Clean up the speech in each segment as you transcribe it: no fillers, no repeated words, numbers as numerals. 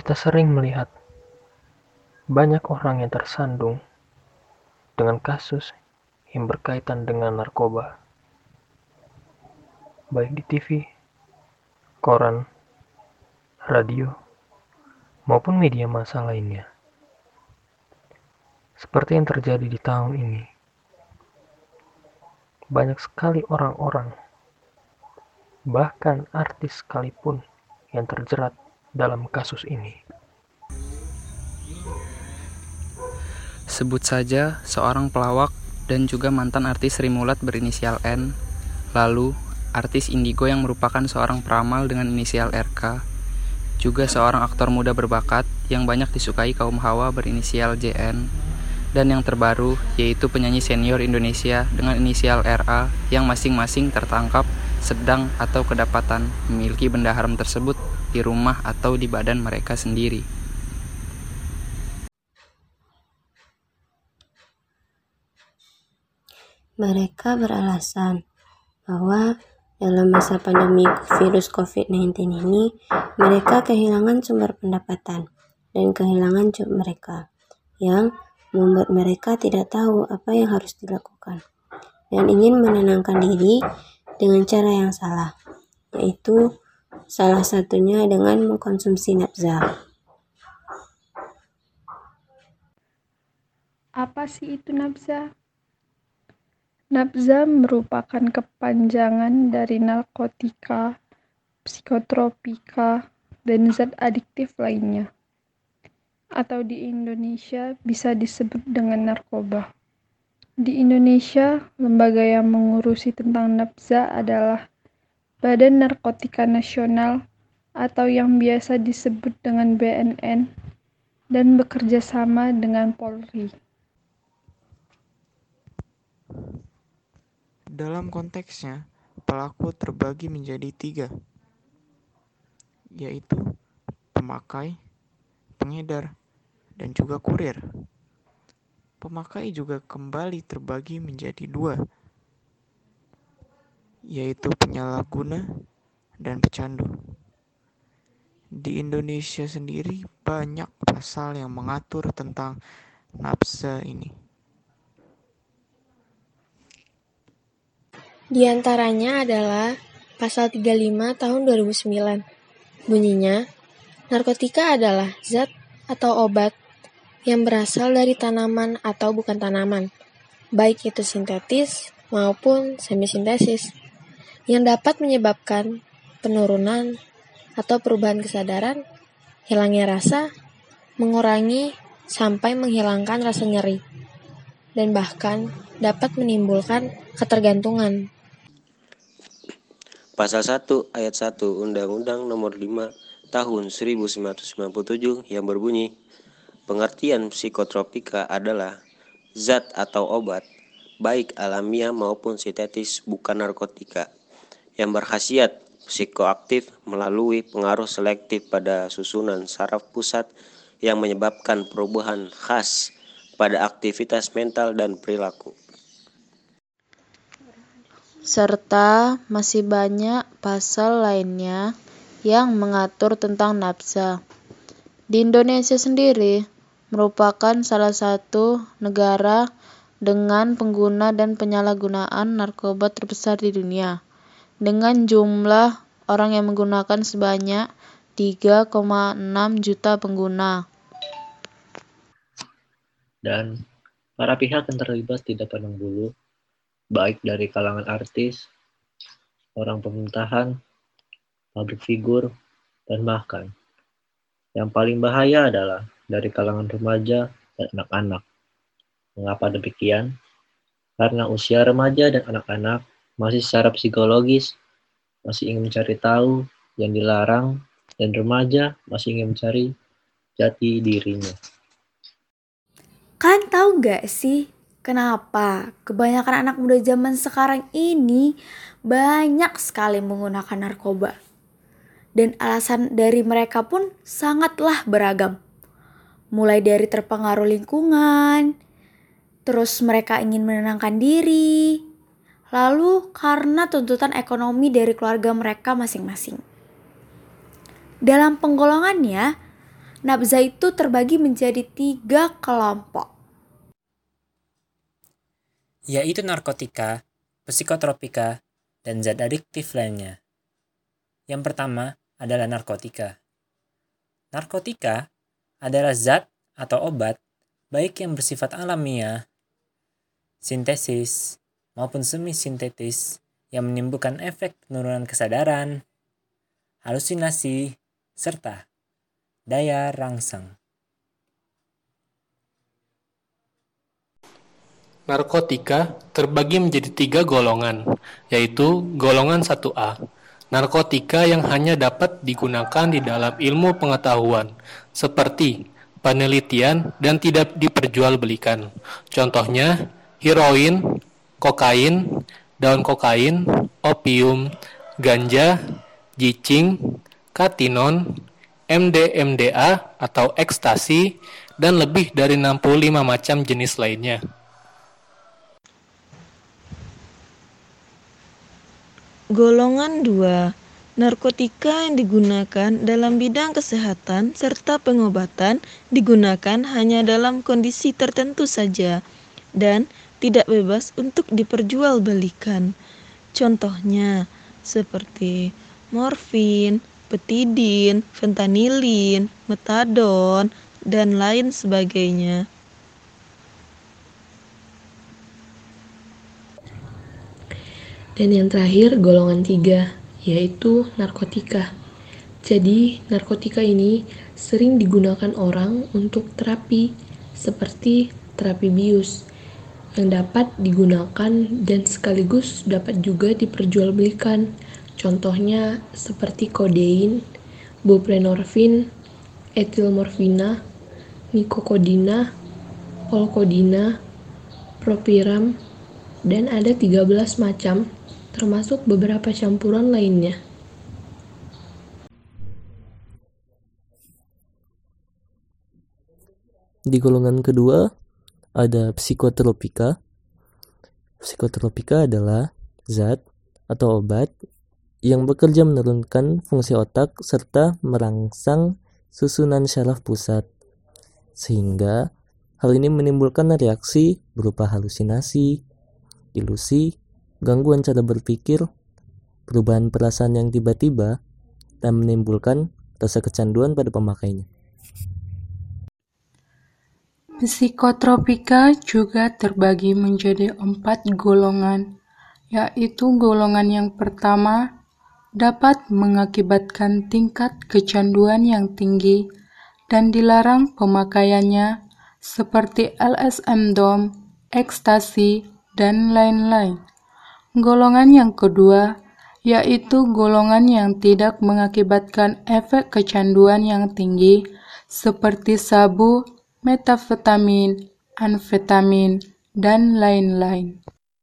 Kita sering melihat banyak orang yang tersandung dengan kasus yang berkaitan dengan narkoba, baik di TV, koran, radio, maupun media massa lainnya. Seperti yang terjadi di tahun ini, banyak sekali orang-orang, bahkan artis sekalipun, yang terjerat dalam kasus ini. Sebut saja seorang pelawak dan juga mantan artis Sri Mulat berinisial N, lalu artis Indigo yang merupakan seorang peramal dengan inisial RK, juga seorang aktor muda berbakat yang banyak disukai kaum hawa berinisial JN, dan yang terbaru yaitu penyanyi senior Indonesia dengan inisial RA yang masing-masing tertangkap sedang atau kedapatan memiliki benda haram tersebut di rumah atau di badan mereka sendiri. Mereka beralasan bahwa dalam masa pandemi virus COVID-19 ini, mereka kehilangan sumber pendapatan dan kehilangan job mereka, yang membuat mereka tidak tahu apa yang harus dilakukan dan ingin menenangkan diri dengan cara yang salah, yaitu salah satunya dengan mengkonsumsi nabza. Apa sih itu nabza? Nabza merupakan kepanjangan dari narkotika, psikotropika, dan zat adiktif lainnya. Atau di Indonesia bisa disebut dengan narkoba. Di Indonesia, lembaga yang mengurusi tentang nabza adalah Badan Narkotika Nasional atau yang biasa disebut dengan BNN dan bekerja sama dengan Polri. Dalam konteksnya, pelaku terbagi menjadi 3, yaitu pemakai, pengedar, dan juga kurir. Pemakai juga kembali terbagi menjadi 2, yaitu penyalahguna dan pecandu. Di Indonesia sendiri banyak pasal yang mengatur tentang nabza ini. Di antaranya adalah Pasal 35 tahun 2009. Bunyinya, narkotika adalah zat atau obat yang berasal dari tanaman atau bukan tanaman, baik itu sintetis maupun semisintesis, yang dapat menyebabkan penurunan atau perubahan kesadaran, hilangnya rasa, mengurangi sampai menghilangkan rasa nyeri, dan bahkan dapat menimbulkan ketergantungan. Pasal 1 Ayat 1 Undang-Undang Nomor 5 Tahun 1997 yang berbunyi, pengertian psikotropika adalah zat atau obat, baik alamiah maupun sintetis bukan narkotika, yang berkhasiat psikoaktif melalui pengaruh selektif pada susunan saraf pusat yang menyebabkan perubahan khas pada aktivitas mental dan perilaku. Serta masih banyak pasal lainnya yang mengatur tentang nabza. Di Indonesia sendiri merupakan salah satu negara dengan pengguna dan penyalahgunaan narkoba terbesar di dunia, dengan jumlah orang yang menggunakan sebanyak 3,6 juta pengguna. Dan para pihak yang terlibat tidak pandang bulu, baik dari kalangan artis, orang pemerintahan, publik figur, dan bahkan yang paling bahaya adalah dari kalangan remaja dan anak-anak. Mengapa demikian? Karena usia remaja dan anak-anak masih secara psikologis masih ingin mencari tahu yang dilarang, dan remaja masih ingin mencari jati dirinya. Kan tahu gak sih kenapa kebanyakan anak muda zaman sekarang ini banyak sekali menggunakan narkoba? Dan alasan dari mereka pun sangatlah beragam. Mulai dari terpengaruh lingkungan, terus mereka ingin menenangkan diri, lalu karena tuntutan ekonomi dari keluarga mereka masing-masing. Dalam penggolongannya, nafza itu terbagi menjadi 3 kelompok. Yaitu narkotika, psikotropika, dan zat adiktif lainnya. Yang pertama adalah narkotika. Narkotika adalah zat atau obat baik yang bersifat alamiah, sintesis, maupun semi-sintetis yang menimbulkan efek penurunan kesadaran, halusinasi, serta daya rangsang. Narkotika terbagi menjadi 3 golongan, yaitu golongan 1A. Narkotika yang hanya dapat digunakan di dalam ilmu pengetahuan, seperti penelitian dan tidak diperjualbelikan. Contohnya, heroin, kokain, daun kokain, opium, ganja, jicing, katinon, MDMA atau ekstasi, dan lebih dari 65 macam jenis lainnya. Golongan 2. Narkotika yang digunakan dalam bidang kesehatan serta pengobatan digunakan hanya dalam kondisi tertentu saja dan tidak bebas untuk diperjualbelikan. Contohnya seperti morfin, petidin, fentanilin, metadon, dan lain sebagainya. Dan yang terakhir golongan 3, yaitu narkotika. Jadi narkotika ini sering digunakan orang untuk terapi, seperti terapi bius, yang dapat digunakan dan sekaligus dapat juga diperjualbelikan. Contohnya seperti kodein, buprenorfin, etilmorfina, nikokodina, polkodina, propiram, dan ada 13 macam, termasuk beberapa campuran lainnya. Di golongan kedua ada psikotropika. Psikotropika adalah zat atau obat yang bekerja menurunkan fungsi otak serta merangsang susunan syaraf pusat, sehingga hal ini menimbulkan reaksi berupa halusinasi, ilusi, gangguan cara berpikir, perubahan perasaan yang tiba-tiba, dan menimbulkan rasa kecanduan pada pemakainya. Psikotropika juga terbagi menjadi 4 golongan, yaitu golongan yang pertama dapat mengakibatkan tingkat kecanduan yang tinggi dan dilarang pemakaiannya seperti LSM-DOM, ekstasi, dan lain-lain. Golongan yang kedua yaitu golongan yang tidak mengakibatkan efek kecanduan yang tinggi seperti sabu, metafetamin, amfetamin, dan lain-lain.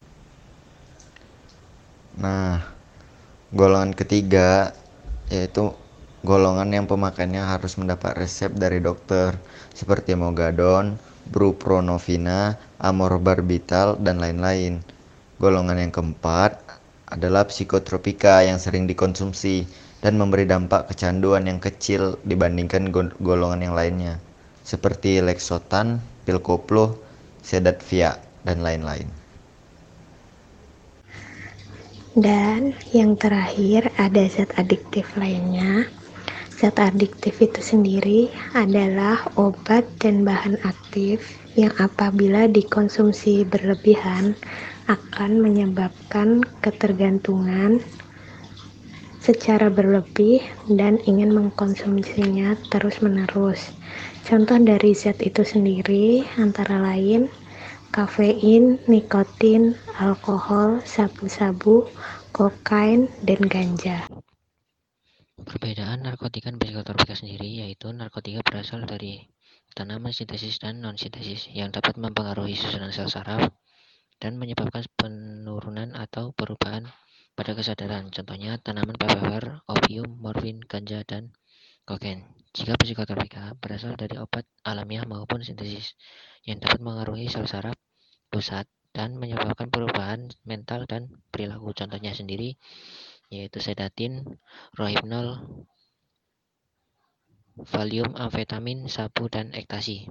Nah, golongan ketiga yaitu golongan yang pemakaiannya harus mendapat resep dari dokter seperti mogadon, buprenorfina, amorbarbital, dan lain-lain. Golongan yang keempat adalah psikotropika yang sering dikonsumsi dan memberi dampak kecanduan yang kecil dibandingkan golongan yang lainnya, seperti leksotan, pil koplo, sedatvia, dan lain-lain. Dan yang terakhir ada zat adiktif lainnya. Zat adiktif itu sendiri adalah obat dan bahan aktif yang apabila dikonsumsi berlebihan akan menyebabkan ketergantungan secara berlebih dan ingin mengkonsumsinya terus-menerus. Contoh dari zat itu sendiri antara lain kafein, nikotin, alkohol, sabu-sabu, kokain, dan ganja. Perbedaan narkotika dan psikotropika sendiri yaitu narkotika berasal dari tanaman sintesis dan non-sintesis yang dapat mempengaruhi susunan sel saraf dan menyebabkan penurunan atau perubahan pada kesadaran. Contohnya tanaman papaver, opium, morfin, ganja, dan kokain. Jika psikotropika berasal dari obat alamiah maupun sintesis yang dapat mengaruhi sel saraf pusat dan menyebabkan perubahan mental dan perilaku. Contohnya sendiri yaitu sedatin, rohypnol, valium, amfetamin, sabu, dan ekstasi.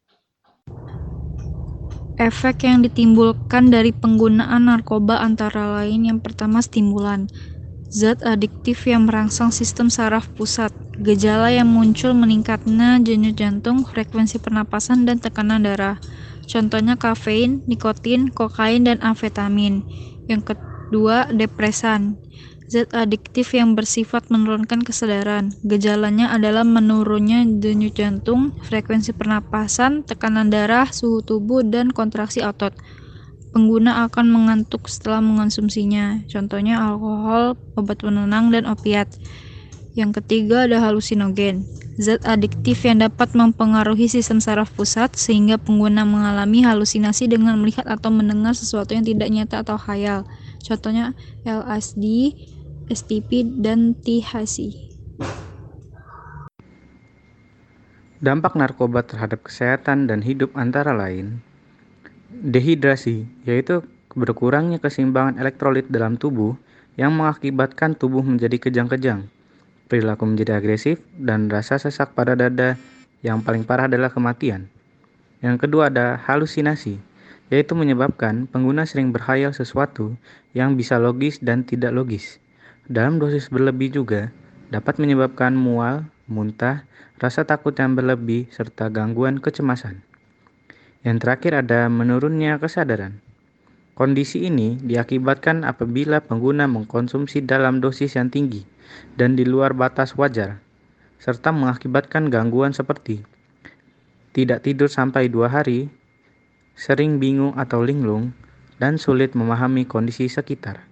Efek yang ditimbulkan dari penggunaan narkoba antara lain yang pertama stimulan, zat adiktif yang merangsang sistem saraf pusat, gejala yang muncul meningkatnya denyut jantung, frekuensi pernapasan, dan tekanan darah. Contohnya kafein, nikotin, kokain, dan amfetamin. Yang kedua, depresan. Zat adiktif yang bersifat menurunkan kesadaran. Gejalanya adalah menurunnya denyut jantung, frekuensi pernapasan, tekanan darah, suhu tubuh, dan kontraksi otot. Pengguna akan mengantuk setelah mengonsumsinya. Contohnya alkohol, obat penenang, dan opiat. Yang ketiga ada halusinogen. Zat adiktif yang dapat mempengaruhi sistem saraf pusat sehingga pengguna mengalami halusinasi dengan melihat atau mendengar sesuatu yang tidak nyata atau khayal. Contohnya LSD, STP, dan THC. Dampak narkoba terhadap kesehatan dan hidup antara lain dehidrasi, yaitu berkurangnya keseimbangan elektrolit dalam tubuh yang mengakibatkan tubuh menjadi kejang-kejang, perilaku menjadi agresif, dan rasa sesak pada dada. Yang paling parah adalah kematian. Yang kedua ada halusinasi, yaitu menyebabkan pengguna sering berkhayal sesuatu yang bisa logis dan tidak logis. Dalam dosis berlebih juga dapat menyebabkan mual, muntah, rasa takut yang berlebih, serta gangguan kecemasan. Yang terakhir ada menurunnya kesadaran. Kondisi ini diakibatkan apabila pengguna mengkonsumsi dalam dosis yang tinggi dan di luar batas wajar, serta mengakibatkan gangguan seperti tidak tidur sampai 2 hari, sering bingung atau linglung, dan sulit memahami kondisi sekitar.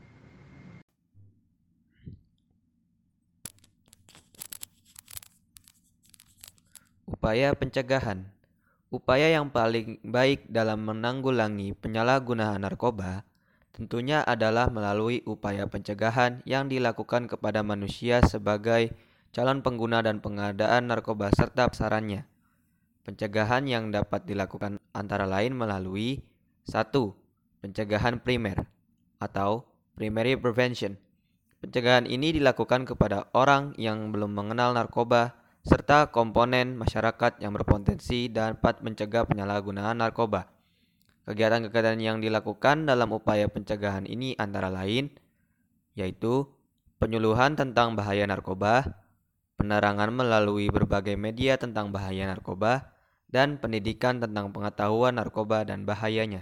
Upaya pencegahan. Upaya yang paling baik dalam menanggulangi penyalahgunaan narkoba tentunya adalah melalui upaya pencegahan yang dilakukan kepada manusia sebagai calon pengguna dan pengadaan narkoba serta pasarannya. Pencegahan yang dapat dilakukan antara lain melalui 1. Pencegahan primer atau primary prevention. Pencegahan ini dilakukan kepada orang yang belum mengenal narkoba serta komponen masyarakat yang berpotensi dapat mencegah penyalahgunaan narkoba. Kegiatan-kegiatan yang dilakukan dalam upaya pencegahan ini antara lain yaitu penyuluhan tentang bahaya narkoba, penerangan melalui berbagai media tentang bahaya narkoba, dan pendidikan tentang pengetahuan narkoba dan bahayanya.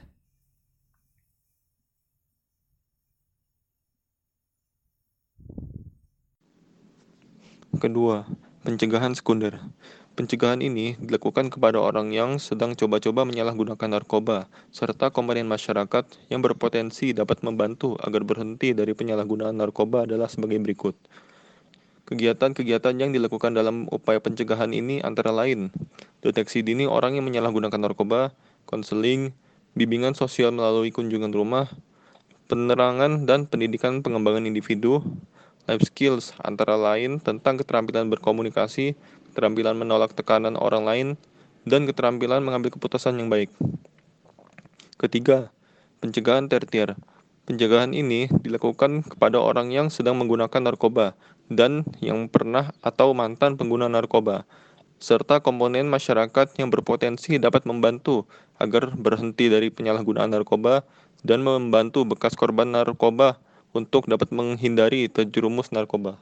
Kedua, pencegahan sekunder. Pencegahan ini dilakukan kepada orang yang sedang coba-coba menyalahgunakan narkoba, serta komponen masyarakat yang berpotensi dapat membantu agar berhenti dari penyalahgunaan narkoba adalah sebagai berikut. Kegiatan-kegiatan yang dilakukan dalam upaya pencegahan ini antara lain deteksi dini orang yang menyalahgunakan narkoba, konseling, bimbingan sosial melalui kunjungan rumah, penerangan dan pendidikan pengembangan individu, life skills antara lain tentang keterampilan berkomunikasi, keterampilan menolak tekanan orang lain, dan keterampilan mengambil keputusan yang baik. Ketiga, pencegahan tertier. Pencegahan ini dilakukan kepada orang yang sedang menggunakan narkoba dan yang pernah atau mantan pengguna narkoba, serta komponen masyarakat yang berpotensi dapat membantu agar berhenti dari penyalahgunaan narkoba dan membantu bekas korban narkoba untuk dapat menghindari terjerumus narkoba.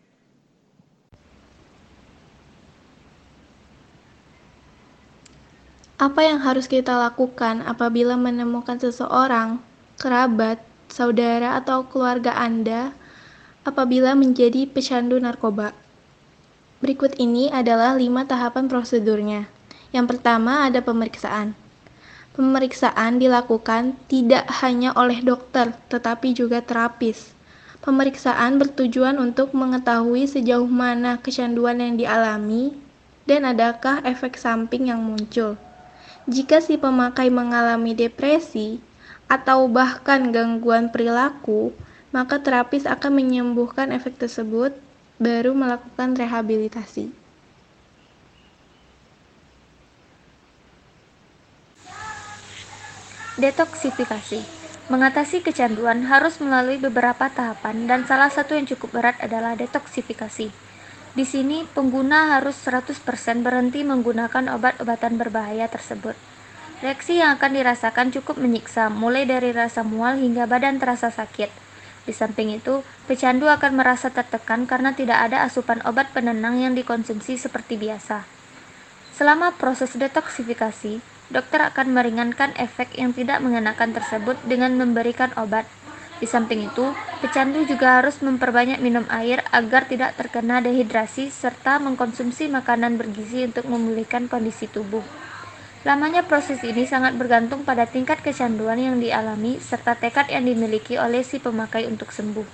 Apa yang harus kita lakukan apabila menemukan seseorang, kerabat, saudara, atau keluarga Anda apabila menjadi pecandu narkoba? Berikut ini adalah 5 tahapan prosedurnya. Yang pertama ada pemeriksaan. Pemeriksaan dilakukan tidak hanya oleh dokter, tetapi juga terapis. Pemeriksaan bertujuan untuk mengetahui sejauh mana kecanduan yang dialami dan adakah efek samping yang muncul. Jika si pemakai mengalami depresi atau bahkan gangguan perilaku, maka terapis akan menyembuhkan efek tersebut, baru melakukan rehabilitasi. Detoksifikasi. Mengatasi kecanduan harus melalui beberapa tahapan dan salah satu yang cukup berat adalah detoksifikasi. Di sini, pengguna harus 100% berhenti menggunakan obat-obatan berbahaya tersebut. Reaksi yang akan dirasakan cukup menyiksa, mulai dari rasa mual hingga badan terasa sakit. Di samping itu, pecandu akan merasa tertekan karena tidak ada asupan obat penenang yang dikonsumsi seperti biasa. Selama proses detoksifikasi, dokter akan meringankan efek yang tidak mengenakan tersebut dengan memberikan obat. Di samping itu, pecandu juga harus memperbanyak minum air agar tidak terkena dehidrasi serta mengkonsumsi makanan bergizi untuk memulihkan kondisi tubuh. Lamanya proses ini sangat bergantung pada tingkat kecanduan yang dialami serta tekad yang dimiliki oleh si pemakai untuk sembuh.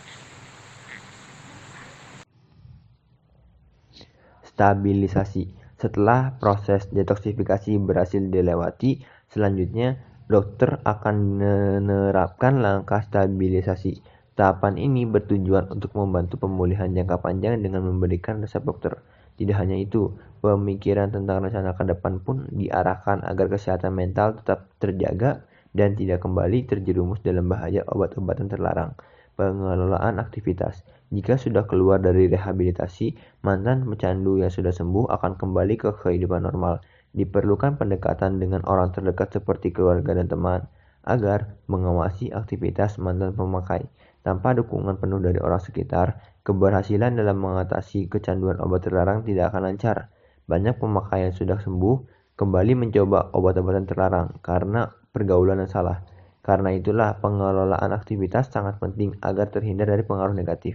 Stabilisasi. Setelah proses detoksifikasi berhasil dilewati, selanjutnya dokter akan menerapkan langkah stabilisasi. Tahapan ini bertujuan untuk membantu pemulihan jangka panjang dengan memberikan resep dokter. Tidak hanya itu, pemikiran tentang rencana ke depan pun diarahkan agar kesehatan mental tetap terjaga dan tidak kembali terjerumus dalam bahaya obat-obatan terlarang. Pengelolaan aktivitas. Jika sudah keluar dari rehabilitasi, mantan pecandu yang sudah sembuh akan kembali ke kehidupan normal. Diperlukan pendekatan dengan orang terdekat seperti keluarga dan teman agar mengawasi aktivitas mantan pemakai. Tanpa dukungan penuh dari orang sekitar, keberhasilan dalam mengatasi kecanduan obat terlarang tidak akan lancar. Banyak pemakai yang sudah sembuh kembali mencoba obat-obatan terlarang karena pergaulan yang salah. Karena itulah pengelolaan aktivitas sangat penting agar terhindar dari pengaruh negatif.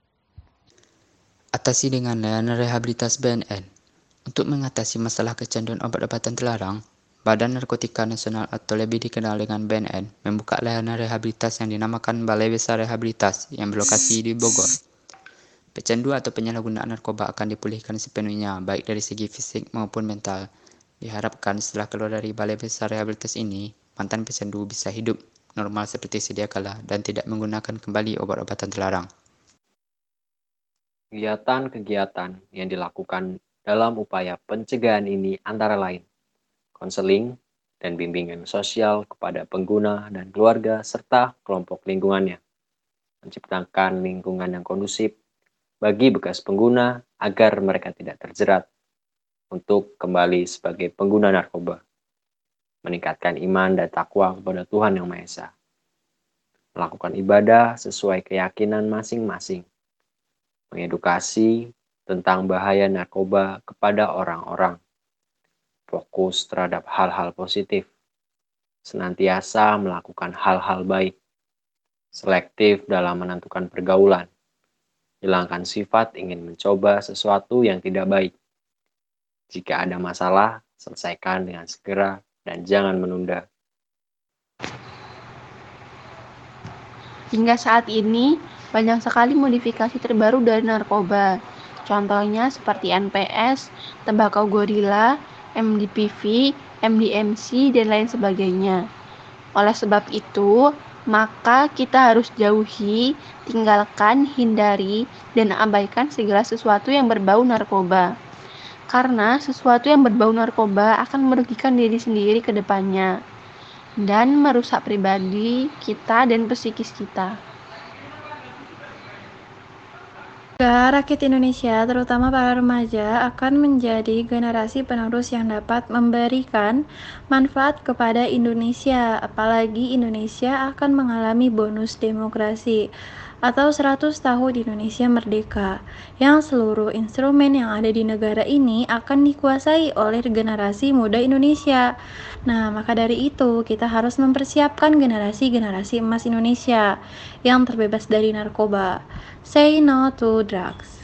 Atasi dengan layanan rehabilitas BNN. Untuk mengatasi masalah kecanduan obat-obatan terlarang, Badan Narkotika Nasional atau lebih dikenal dengan BNN membuka layanan rehabilitas yang dinamakan Balai Besar Rehabilitas yang berlokasi di Bogor. Pecandu atau penyalahgunaan narkoba akan dipulihkan sepenuhnya, baik dari segi fisik maupun mental. Diharapkan setelah keluar dari Balai Besar Rehabilitas ini, mantan pecandu bisa hidup normal seperti sedia kala dan tidak menggunakan kembali obat-obatan terlarang. Kegiatan-kegiatan yang dilakukan dalam upaya pencegahan ini antara lain konseling dan bimbingan sosial kepada pengguna dan keluarga serta kelompok lingkungannya, menciptakan lingkungan yang kondusif bagi bekas pengguna agar mereka tidak terjerat untuk kembali sebagai pengguna narkoba, meningkatkan iman dan takwa kepada Tuhan Yang Maha Esa, melakukan ibadah sesuai keyakinan masing-masing, mengedukasi tentang bahaya narkoba kepada orang-orang, fokus terhadap hal-hal positif, senantiasa melakukan hal-hal baik, selektif dalam menentukan pergaulan, hilangkan sifat ingin mencoba sesuatu yang tidak baik. Jika ada masalah, selesaikan dengan segera dan jangan menunda. Hingga saat ini, banyak sekali modifikasi terbaru dari narkoba. Contohnya seperti NPS, tembakau gorila, MDPV, MDMC, dan lain sebagainya. Oleh sebab itu, maka kita harus jauhi, tinggalkan, hindari, dan abaikan segala sesuatu yang berbau narkoba. Karena sesuatu yang berbau narkoba akan merugikan diri sendiri ke depannya dan merusak pribadi kita dan psikis kita. Rakyat Indonesia, terutama para remaja, akan menjadi generasi penerus yang dapat memberikan manfaat kepada Indonesia. Apalagi Indonesia akan mengalami bonus demokrasi atau 100 tahun Indonesia merdeka, yang seluruh instrumen yang ada di negara ini akan dikuasai oleh generasi muda Indonesia. Nah, maka dari itu kita harus mempersiapkan generasi-generasi emas Indonesia yang terbebas dari narkoba. Say no to drugs.